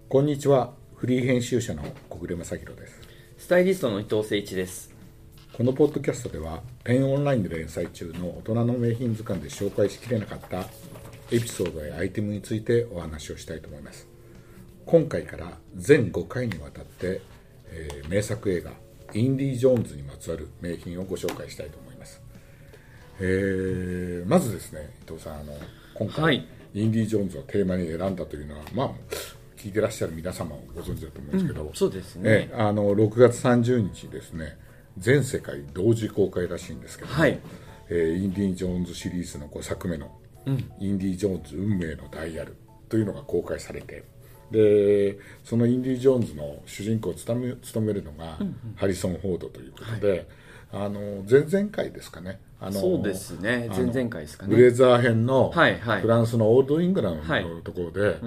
こんにちは。フリー編集者の小暮正弘です。 スタイリストの伊藤誠一です。 このポッドキャストではペンオンラインで連載中の大人の名品図鑑で紹介しきれなかったエピソードやアイテムについてお話をしたいと思います。今回から全5回にわたって、名作映画インディ・ジョーンズにまつわる名品をご紹介したいと思います。まずですね、伊藤さん、今回、はい、インディ・ジョーンズをテーマに選んだというのは、聞いてらっしゃる皆様もご存知だと思うんですけど、 そうですね、 6月30日ですね、全世界同時公開らしいんですけども、はい、インディ・ジョーンズシリーズの5作目の、インディ・ジョーンズ運命のダイヤルというのが公開されて、でそのインディ・ジョーンズの主人公を務めるのが、ハリソン・フォードということで、はい、前々回ですかね、 そうですね、前々回ですかね、 ブレザー編のフランスのオールドイングランドのところで、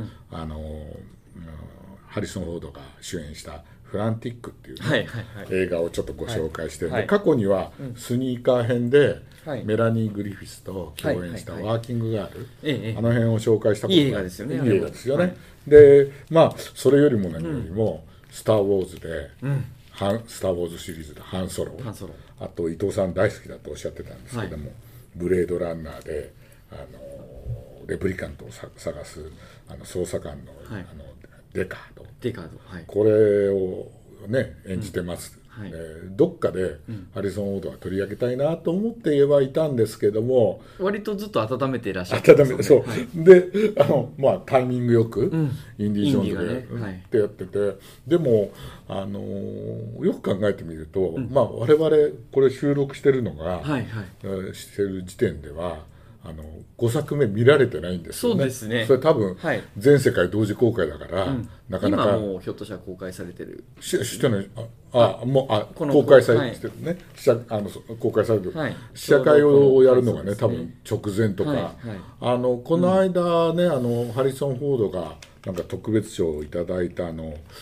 ハリソン・フォードが主演したフランティックっていう、映画をちょっでご紹介して、で過去にはスニーカー編で、メラニー・グリフィスと共演したワーキングガール、あの辺を紹介したことがいい映画ですよね。 いい映画ですよね。でそれよりも何よりも、スター・ウォーズで、スター・ウォーズシリーズでハンソロ、あと伊藤さん大好きだとおっしゃってたんですけども、ブレードランナーでレプリカントを探す捜査官の、デカード、これをね演じてます。どっかでハリソン・フォードは取り上げたいなと思ってはいたんですけども、 割とずっと温めていらっしゃるんですよね。 でタイミングよくインディ・ジョーンズでってやってて、でもよく考えてみると、我々これ収録してるのが、してる時点では5作目見られてないんですよね。 そうですね。 それ多分、全世界同時公開だから、なかなか今もうひょっとしたら公開されてるしてない、公開されてるね、公開されてる、試写会をやるのがね、多分直前とか、この間ね、ハリソン・フォードがなんか特別賞をいただいた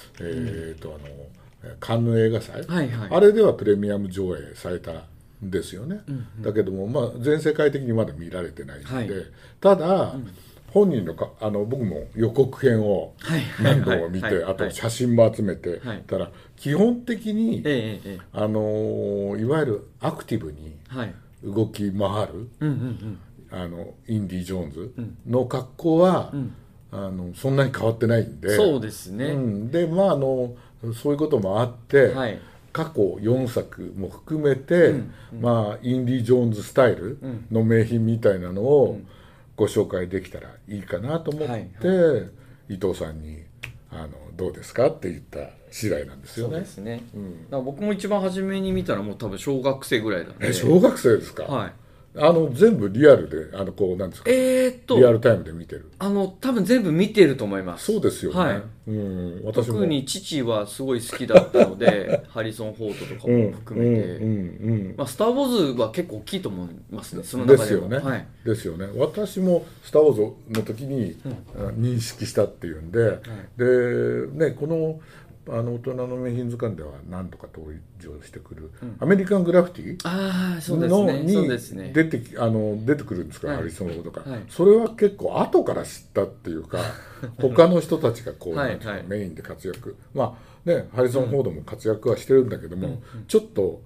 カンヌ映画祭、あれではプレミアム上映されたですよね。だけども、全世界的にまだ見られてないので、ただ、本人の僕も予告編を何度も見て、あと写真も集めてたら、基本的に、いわゆるアクティブに動き回る、インディ・ジョーンズの格好は、そんなに変わってないんで、 そうですね。 でそういうこともあって、過去4作も含めて、インディ・ジョーンズスタイルの名品みたいなのをご紹介できたらいいかなと思って、伊藤さんにどうですかって言った次第なんですよね。 そうですね。だから僕も一番初めに見たらもう多分小学生ぐらいだね。 小学生ですか？全部リアルでなんですか、リアルタイムで見てる？ 多分全部見てると思います。 そうですよね。私も特に父はすごい好きだったのでハリソン・フォードとかも含めて、スター・ウォーズは結構大きいと思いますね、その中でも。 ですよね。私もスター・ウォーズの時に認識したっていうんで、でこの大人の名品図鑑では何とか登場してくる、アメリカングラフィティに出てくるんですから、ハリソン・フォードが、それは結構後から知ったっていうか他の人たちがメインで活躍、ハリソン・フォードも活躍はしてるんだけども、ちょっと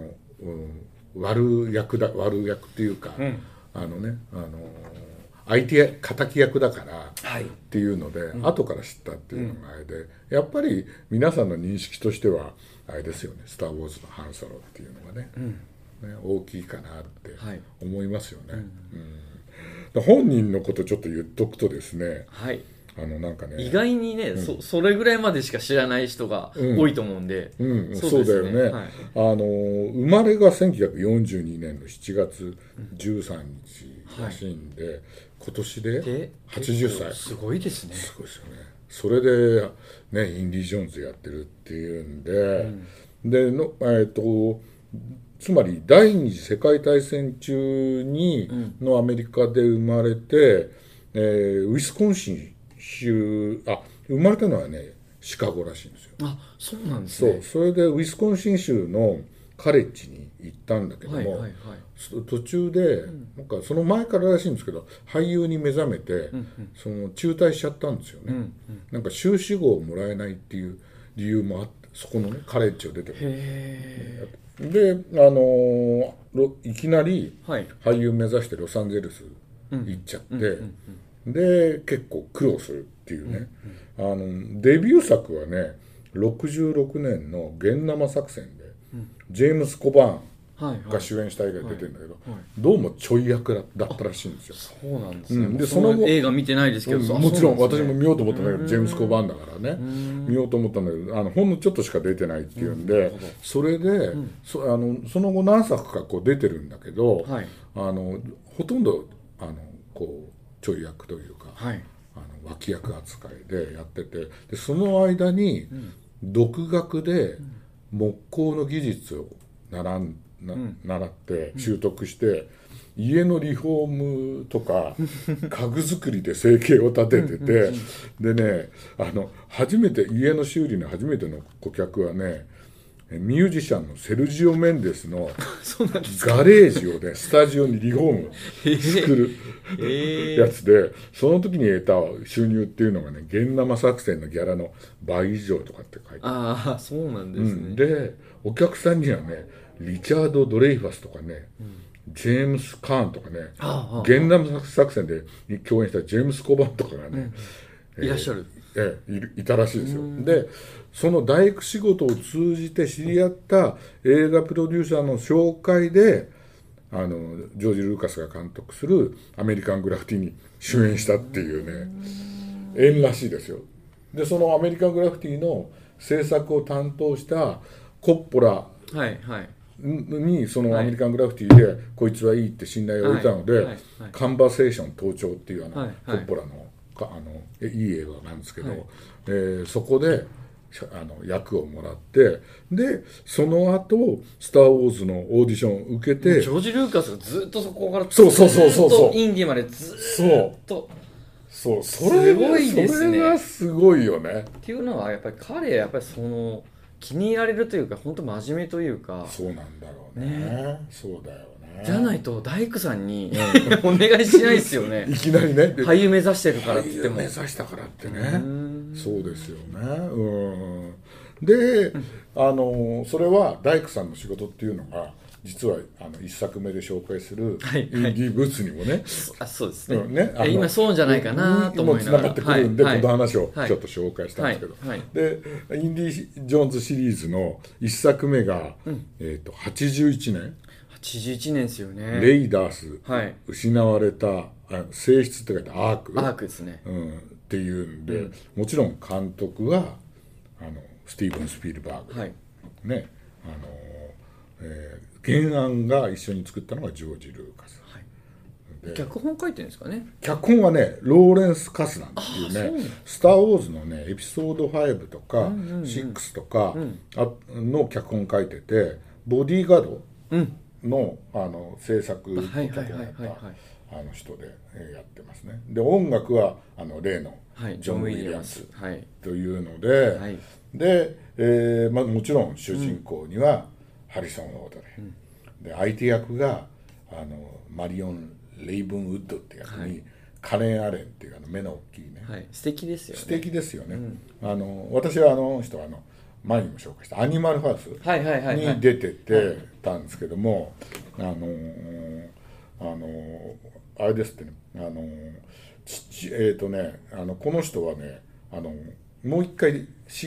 悪役っていうか、相手敵役だからっていうので、後から知ったっていうのがあれで、やっぱり皆さんの認識としてはあれですよね、スター・ウォーズのハンソロっていうのがね、大きいかなって思いますよね。本人のことちょっと言っとくとですね、なんかね、 意外にね、それぐらいまでしか知らない人が多いと思うんで、 そうだよね。生まれが1942年の7月13日らしいんで、今年で80歳。 すごいですね。 すごいですよね。それで、インディ・ジョーンズやってるっていうんで、つまり第二次世界大戦中のアメリカで生まれて、ウィスコンシン州、生まれたのはね、シカゴらしいんですよ。 そうなんですね。 それでウィスコンシン州のカレッジに行ったんだけども、 はいはいはい、 途中でなんかその前かららしいんですけど俳優に目覚めて、その中退しちゃったんですよね、なんか修士号をもらえないっていう理由もあって、そこのねカレッジを出てでいきなり俳優目指してロサンゼルス行っちゃって、で結構苦労するっていうね、デビュー作はね66年の「現生作戦」で、ジェームス・コバーンが主演した映画に出てるんだけど、どうもちょい役だったらしいんですよ。 そうなんですね、 でその後映画見てないですけど、 もちろん私も見ようと思ったんだけど、ジェームス・コバーンだからね見ようと思ったんだけど、ほんのちょっとしか出てないっていうんで、それで、その後何作かこう出てるんだけど、ほとんどこうちょい役というか、脇役扱いでやってて、でその間に独学で木工の技術を習って習得して、家のリフォームとか家具作りで生計を立ててて、でね初めて家の修理の初めての顧客はねミュージシャンのセルジオ・メンデスのガレージをねスタジオにリフォーム作るやつで、その時に得た収入っていうのがね現生作戦のギャラの倍以上とかって書いてある。 ああそうなんですね、 でお客さんにはねリチャード・ドレイファスとかね、ジェームス・カーンとかね、現生作戦で共演したジェームス・コバンとかがね、 いらっしゃる、 いたらしいですよ。でその大工仕事を通じて知り合った映画プロデューサーの紹介でジョージ・ルーカスが監督するアメリカン・グラフィティに主演したっていうね縁らしいですよ。でそのアメリカン・グラフィティの制作を担当したコッポラにそのアメリカン・グラフィティでこいつはいいって信頼を置いたので、カンバーセーション盗聴っていうコッポラのいい映画なんですけど、そこで役をもらって、でその後スター・ウォーズのオーディションを受けて、 ジョージ・ルーカスがずっとそこからずっとインディまでずっとそれすごいですね。 それがすごいよね。 っていうのはやっぱり彼やっぱりその気に入られるというか本当真面目というか、 そうなんだろうね。そうだよね。 じゃないと大工さんにお願いしないですよね。 いきなりね。 俳優目指してるからって言っても。 俳優目指したからってね。そうですよね。で、それは大工さんの仕事っていうのが実は1作目で紹介するインディーブーツにもね、 そうですね。今そうじゃないかなと思いながらつながってくるんで、この話をちょっと紹介したんですけど、でインディ・ジョーンズシリーズの1作目が81年ですよね。 レイダース、失われた性質って書いてアークですね、 っていうんで、もちろん監督はスティーブン・スピルバーグ、ね、原案が一緒に作ったのがジョージ・ルーカス、 脚本書いてるんですかね。 脚本はねローレンス・カスナンっていうね、スター・ウォーズのねエピソード5とか6とかの脚本書いてて、ボディーガードの制作の脚本だった人でやってますね。で音楽は例のジョン・ウィリアムスというので、で、もちろん主人公にはハリソン・フォードで、相手役がマリオン・レイブンウッドって役に、カレン・アレンっていう目の大きいね、 素敵ですよね。 素敵ですよね。私は人は前にも紹介したアニマルハウスに出ててたんですけども、あれですってね、この人はねもう一回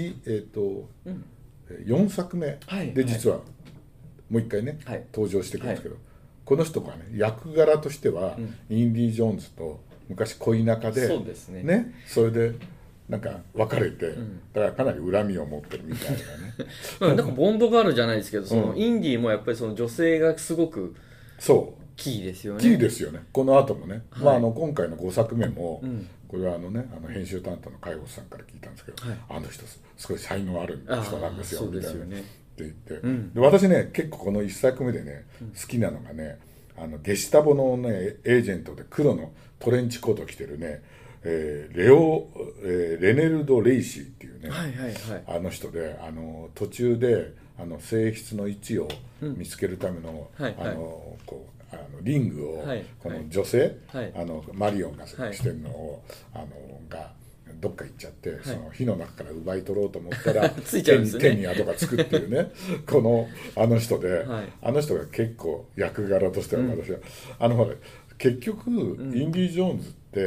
4作目で実はもう一回ね登場してくるんですけど、この人がね役柄としてはインディ・ジョーンズと昔恋仲でね、それでなんか別れて、だからかなり恨みを持ってるみたいなねなんかボンドガールじゃないですけど、そのインディもやっぱりその女性がすごくキーですよね。 キーですよね。この後もね、今回の5作目も、これは編集担当の介護士さんから聞いたんですけど、人すごい才能ある人なんですよみたいなって言って、で私ね結構この1作目でね好きなのがね、ゲシュタボのねエージェントで黒のトレンチコート着てるね、レネルド・レイシーっていうね、人で途中で性質の位置を見つけるための、リングを、この女性、マリオンがしてるのを、がどっか行っちゃって、その火の中から奪い取ろうと思ったらついちゃうんですね、 手に跡がつくっていうねあの人で、あの人が結構役柄としては私は、ほら結局、インディ・ジョーンズって、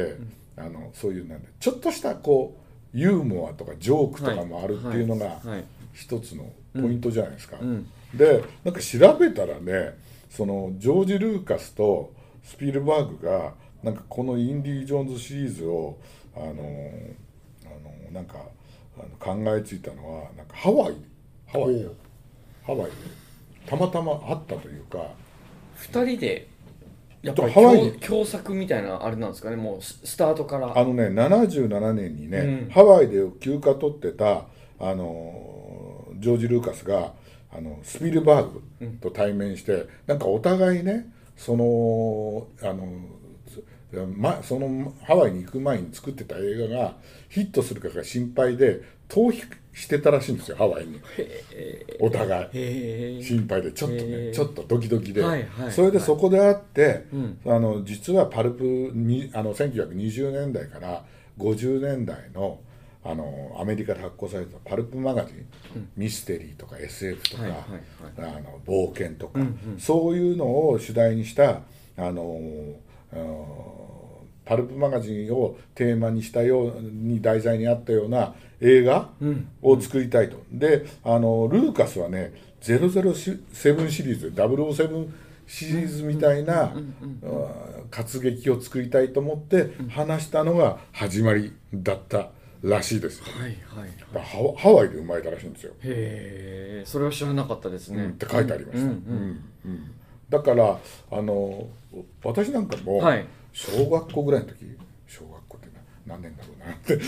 そういうなんでちょっとしたユーモアとかジョークとかもあるっていうのが一つのポイントじゃないですか。でなんか調べたらね、そのジョージ・ルーカスとスピルバーグがなんかこのインディ・ジョーンズシリーズをなんか考えついたのはなんかハワイでたまたま会ったというか、 2人でやっぱり共作みたいなあれなんですかね、もうスタートから。 77年にね、ハワイで休暇取ってたジョージ・ルーカスがスピルバーグと対面して、なんかお互いねそのハワイに行く前に作ってた映画がヒットするかが心配で逃避してたらしいんですよ、ハワイに。お互い心配でちょっとドキドキで、それでそこで会って、実はパルプに1920年代から50年代のアメリカで発行されたパルプマガジン、ミステリーとか SF とか、冒険とか、そういうのを主題にしたパルプマガジンをテーマにしたように題材にあったような映画を作りたいと。でルーカスはね007シリーズ007シリーズみたいな活劇を作りたいと思って話したのが始まりだったらしいです。ハワイで生まれたらしいんですよ。 へえ、それは知らなかったですね。 って書いてありました。だから私なんかも小学校ぐらいの時、小学校って何年だろうなって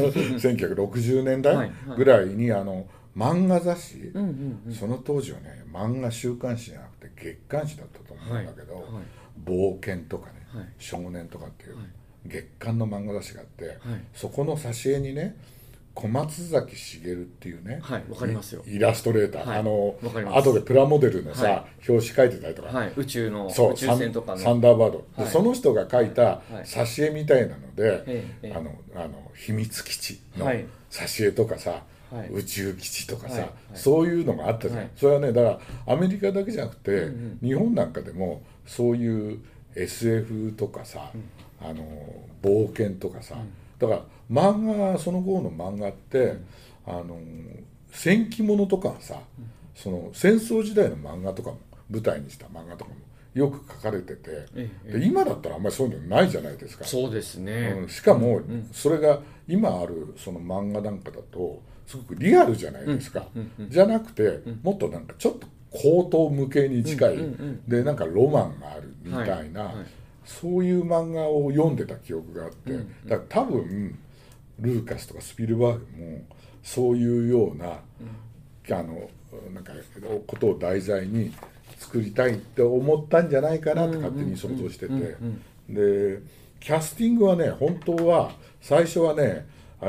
1960年代ぐらいに漫画雑誌、その当時はね漫画週刊誌じゃなくて月刊誌だったと思うんだけど、冒険とかね、少年とかっていう月刊の漫画雑誌があって、そこの挿絵にね小松崎茂っていうね、 わかりますよ、 イラストレーター、後でプラモデルのさ、表紙書いてたりとか、 宇宙船とかのサンダーバード、でその人が書いた挿絵みたいなので、秘密基地の挿絵とかさ、宇宙基地とかさ、そういうのがあったじゃん。それはねだからアメリカだけじゃなくて、日本なんかでもそういう SF とかさ、冒険とかさ、だから漫画、その後の漫画って戦記物とかさ、その戦争時代の漫画とかも舞台にした漫画とかもよく書かれてて、で今だったらあんまりそういうのないじゃないですか。 そうですね、 しかもそれが今あるその漫画なんかだとすごくリアルじゃないですか。じゃなくてもっとなんかちょっと高等無形に近い、でなんかロマンがあるみたいな、そういう漫画を読んでた記憶があって、だから多分ルーカスとかスピルバーグもそういうような、なんかことを題材に作りたいって思ったんじゃないかなって勝手に想像してて、でキャスティングはね本当は最初はね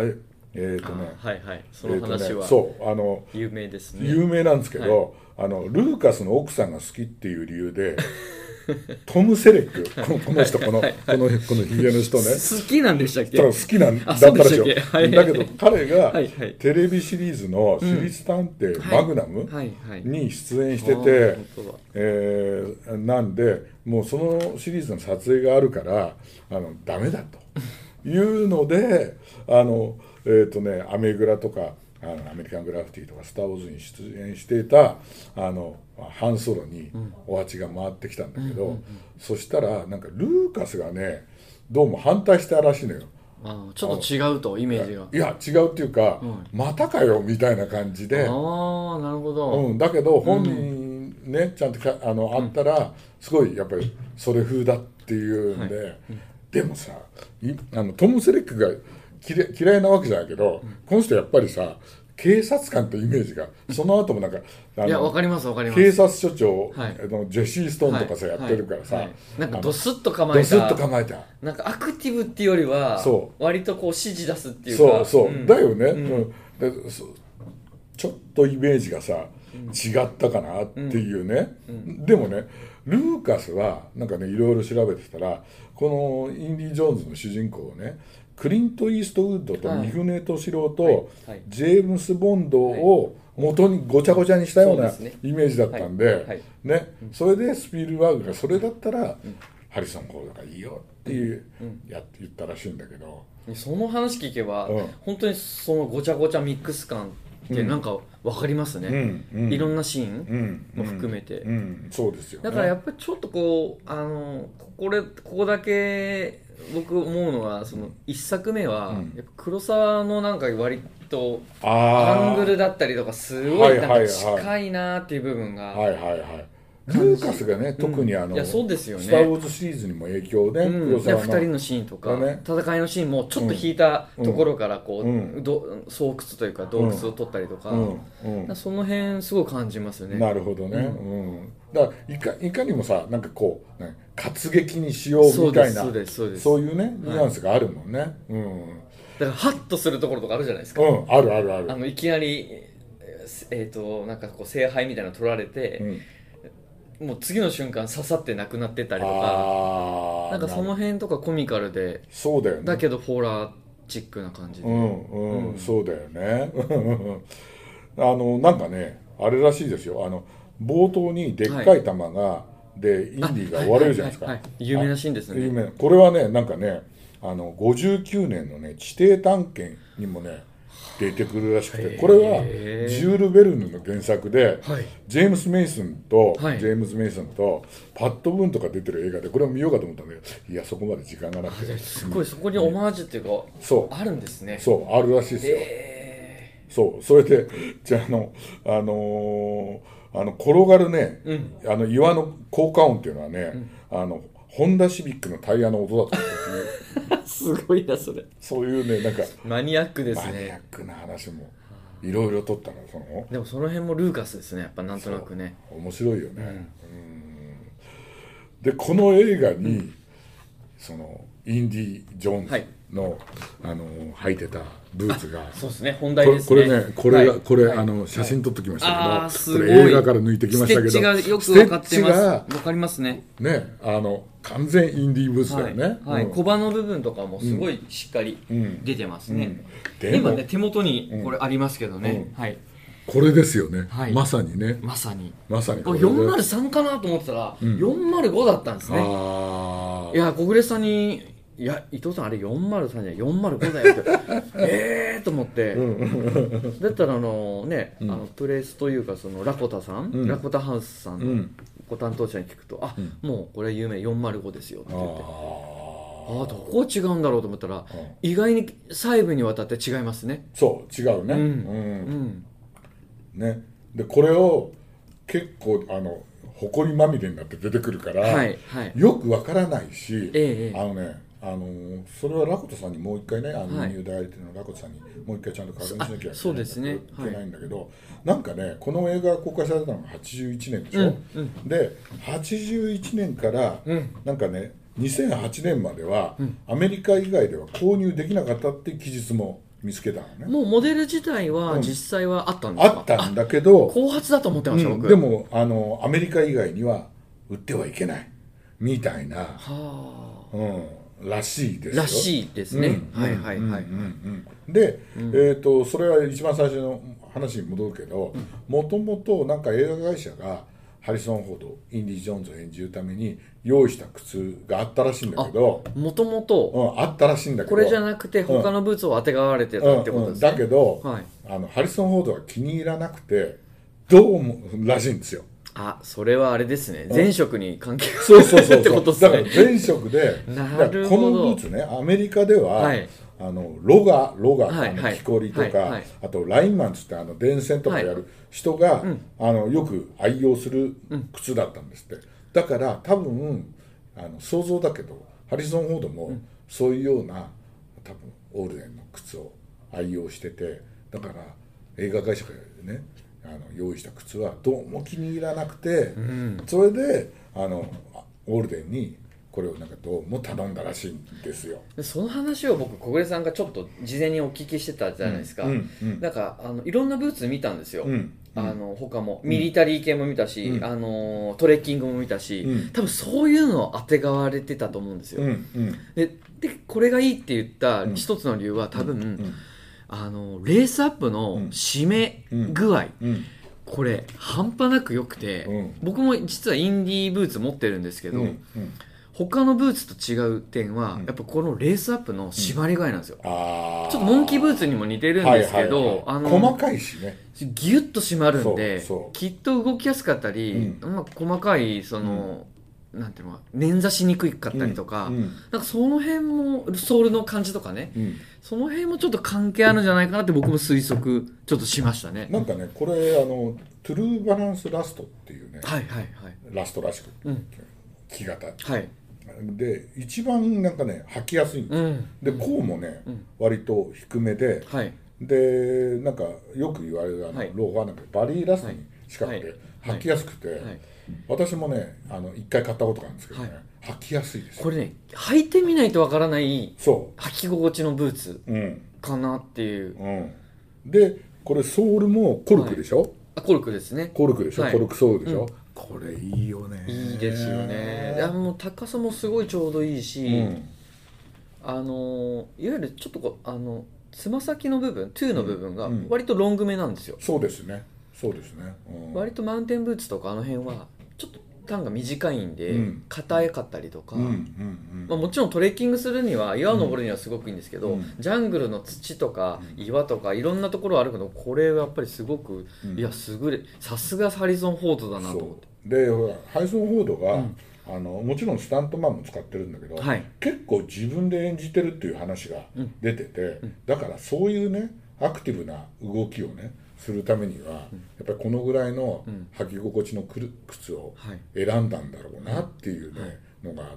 その話は有名ですね。 有名なんですけど、ルーカスの奥さんが好きっていう理由でトム・セレック、この人、このヒゲの人ね、 好きなんでしたっけ？ 好きなんだったらしいよ。だけど彼がテレビシリーズの私立探偵マグナムに出演してて、なんでもうそのシリーズの撮影があるからダメだというのでアメグラとかアメリカングラフィティとかスター・ウォーズに出演していたハンソロにお鉢が回ってきたんだけど、そしたらなんかルーカスがねどうも反対したらしいのよ。 ちょっと違うとイメージが。 いや違うっていうか、またかよみたいな感じで。 なるほど。 だけど本人ねちゃんと会ったらすごいやっぱりそれ風だっていうんで、でもさトム・セレックが嫌いなわけじゃないけど、この人やっぱりさ警察官ってイメージが、その後もなんかいやわかります警察署長、ジェシー・ストーンとかさ、やってるからさ、 なんかドスッと構えたなんかアクティブっていうよりは割とこう指示出すっていうか、 そうだよね、ちょっとイメージがさ違ったかなっていうね、でもねルーカスはなんかねいろいろ調べてたらこのインディ・ジョーンズの主人公をねクリント・イーストウッドと三船敏郎とジェームス・ボンドを元にごちゃごちゃにしたようなイメージだったんで、ね、それでスピルバーグがそれだったらハリソン・フォードがいいよっていう言ったらしいんだけど、 その話聞けば本当にそのごちゃごちゃミックス感ってなんか分かりますね、いろんなシーンも含めて、 そうですよね。 だからやっぱりちょっとこうここだけ僕思うのはその1作目はやっぱ黒沢のなんか割とアングルだったりとかすごいなんか近いなっていう部分がルーカスがね特にいやそうですよね、 スター・ウォーズシリーズにも影響で、 黒沢の2人のシーンとか、戦いのシーンもちょっと引いたところからこう、巣窟というか洞窟を取ったりとか、その辺すごい感じますよね。 なるほどね、だからいかにもさなんかこう、活劇にしようみたいなそういうねニュアンスがあるもんね、だからハッとするところとかあるじゃないですか、 あるあるある。 いきなりなんかこう聖杯みたいなの取られて、もう次の瞬間刺さってなくなってたりとか、なんかその辺とかコミカルでそうだよね、 だけどホラーチックな感じで、 そうだよねなんかねあれらしいですよ、冒頭にでっかい玉が、でインディが割れるじゃないですか、 有名なシーンですね。 これはねなんかね59年のね地底探検にもね出てくるらしくて、これはジュール・ベルヌの原作で、ジェームス・メイソンとパット・ブーンとか出てる映画で、これを見ようかと思ったんだけど、いやそこまで時間がなくて、 すごいそこにオマージュっていうか、あるんですね。 そうあるらしいですよ。それでじゃあ転がるね、岩の効果音っていうのはね、ホンダシビックのタイヤの音だったっていうすごいなそれ。 そういうねなんかマニアックですね。 マニアックな話もいろいろ撮ったのでもその辺もルーカスですね、やっぱなんとなくね。 面白いよね、でこの映画に、そのインディ・ジョーンズの、履いてたブーツがそうですね、本題ですね。 これ写真撮っときましたけど、これ映画から抜いてきましたけど、 ステッチがよく分かってます。分かりますね。 完全インディーブーツだよね。 小刃の部分とかもすごいしっかり出てますね。今ね手元にこれありますけどね。 これですよね。まさにね。 まさに。 403 かなと思ってたら405だったんですね。いや小暮さんに。いや伊藤さんあれ403じゃない405だよってと思ってだったらプレスというかそのラコタさん、ラコタハウスさんのご担当者に聞くと、もうこれ有名405ですよって言って、どこ違うんだろうと思ったら、意外に細部にわたって違いますね。 そう違うね、ねでこれを結構埃まみれになって出てくるから、よくわからないし、それはラコトさんにもう一回ね、ニュー代理店のラコトさんにもう一回ちゃんと確認しなきゃいけないんだけど、なんかねこの映画が公開されたのが81年でしょ、で81年から、なんかね2008年までは、アメリカ以外では購入できなかったっていう記述も見つけたのね。 もうモデル自体は実際はあったんですか？ あったんだけど後発だと思ってました、僕。 でもアメリカ以外には売ってはいけないみたいな、らしいですよ。 らしいですね。 で、それは一番最初の話に戻るけど、もともとなんか映画会社がハリソン・フォード、インディ・ジョーンズを演じるために用意した靴があったらしいんだけど、 もともとあったらしいんだけど、 これじゃなくて他のブーツをあてがわれてたってことですね。 だけど、ハリソン・フォードは気に入らなくてどうもらしいんですよ。 それはあれですね、前職に関係があるってことですね。 だから前職でこのブーツね、アメリカでは、ロガ木こりとか、あとラインマンつって電線とかやる人が、よく愛用する靴だったんですって。だから多分想像だけどハリソン・フォードもそういうような多分オールデンの靴を愛用してて、だから映画会社がね用意した靴はどうも気に入らなくて、それでオールデンにこれをなんかどうも頼んだらしいんですよ。 でその話を僕小暮さんがちょっと事前にお聞きしてたじゃないですか、なんかいろんなブーツ見たんですよ、他もミリタリー系も見たし、トレッキングも見たし、多分そういうのをあてがわれてたと思うんですよ、でこれがいいって言った一つの理由は多分、レースアップの締め具合、これ半端なく良くて、僕も実はインディーブーツ持ってるんですけど、他のブーツと違う点は、やっぱこのレースアップの締まり具合なんですよ、ちょっとモンキーブーツにも似てるんですけど、 細かいしね、 ギュッと締まるんで、きっと動きやすかったり、細かいその、なんていうのか捻挫しにくかったりとか、なんかその辺もソールの感じとかね、その辺もちょっと関係あるんじゃないかなって僕も推測ちょっとしましたね。 なんかねこれトゥルーバランスラストっていうね、ラストらしく、木型、で一番なんかね履きやすいんですよ、で甲もね、割と低めで、でなんかよく言われるローファーなんかバリーラストに近くて履きやすくて、私もね一回買ったことがあるんですけどね、履きやすいですよ。 これね履いてみないとわからない履き心地のブーツかなっていう、 でこれソールもコルクでしょ、 コルクですね、 コルクでしょ、コルクソールでしょ、これいいよね。 いいですよね。もう高さもすごいちょうどいいし、いわゆるちょっとつま先の部分、トゥーの部分が割とロングめなんですよ。 そうですね、そうですね。 割とマウンテンブーツとかあの辺はちょっとターンが短いんで硬かったりとか、もちろんトレッキングするには岩を登るにはすごくいいんですけど、ジャングルの土とか岩とかいろんなところあるけど、これはやっぱりすごく、さすがハリソン・フォードだなと思って。 でハリソン・フォードが、もちろんスタントマンも使ってるんだけど、結構自分で演じてるっていう話が出てて、だからそういうねアクティブな動きをねするためには、やっぱりこのぐらいの履き心地の靴を選んだんだろうなっていうね、のがあって、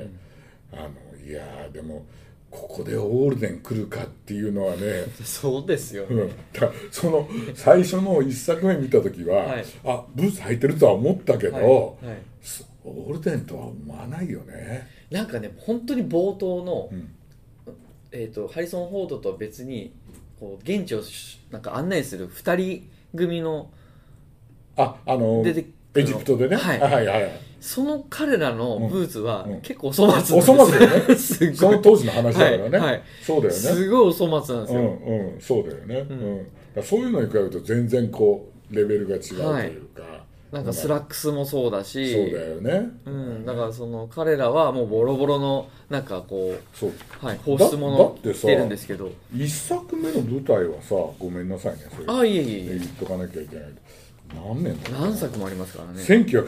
いやーでもここでオールデン来るかっていうのはねそうですよ、 その最初の1作目見た時は、ブーツ履いてるとは思ったけど、オールデンとは思わないよね。 なんかね本当に冒頭の、ハリソン・フォードと別にこう現地をなんか案内する2人組の出てエジプトでね、 その彼らのブーツは結構お粗末なんですよ。 お粗末だよねその当時の話だからね、そうだよね、 すごいお粗末なんですよ。 そうだよね、そういうのに比べると全然こうレベルが違うというか、 なんかスラックスもそうだし、 そうだよね、 だからその彼らはもうボロボロのなんかこう放出物着てるんですけど、 1作目の舞台はさ、ごめんなさいね、それ言っとかなきゃいけない。 何作もありますからね。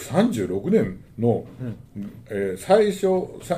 1936年の、最初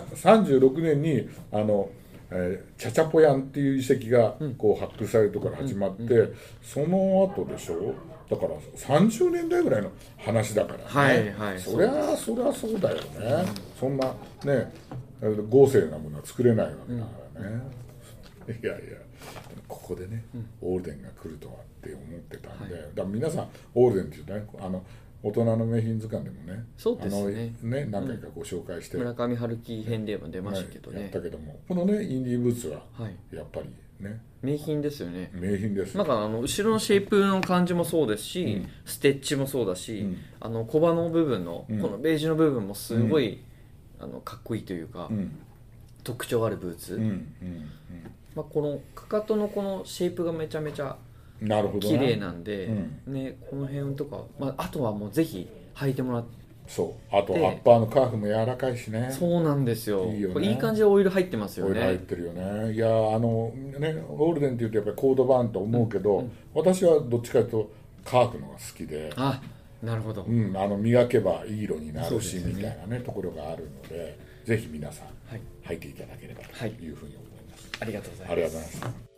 36年にチャチャポヤンっていう遺跡がこう発掘されるところから始まって、その後でしょ、だから30年代ぐらいの話だからね、そりゃそうだよね、そんなね豪勢なものは作れないわけだからね、いやここでね、オールデンが来るとはって思ってたんで、だから皆さんオールデンっていうとね大人の名品図鑑でもね、 そうですね、 何回かご紹介して、 村上春樹編でも出ましたけどね、 やったけども、このねインディーブーツはやっぱりね、 名品ですよね。 名品です。 なんか後ろのシェイプの感じもそうですし、ステッチもそうだし、小刃の部分の、このベージュの部分もすごい、かっこいいというか、特徴あるブーツ、このかかとのこのシェイプがめちゃめちゃ綺麗なんで、この辺とか、あとはもうぜひ履いてもらって、 あとアッパーのカーフも柔らかいしね。 そうなんですよ。 いいよね。 いい感じでオイル入ってますよね。 オイル入ってるよね。いやオールデンっていうとやっぱりコードバーンと思うけど、私はどっちかというとカーフのが好きで。 なるほど。 磨けばいい色になるし、みたいなねところがあるので、ぜひ皆さん履いていただければというふうに思います。 ありがとうございます。 ありがとうございます。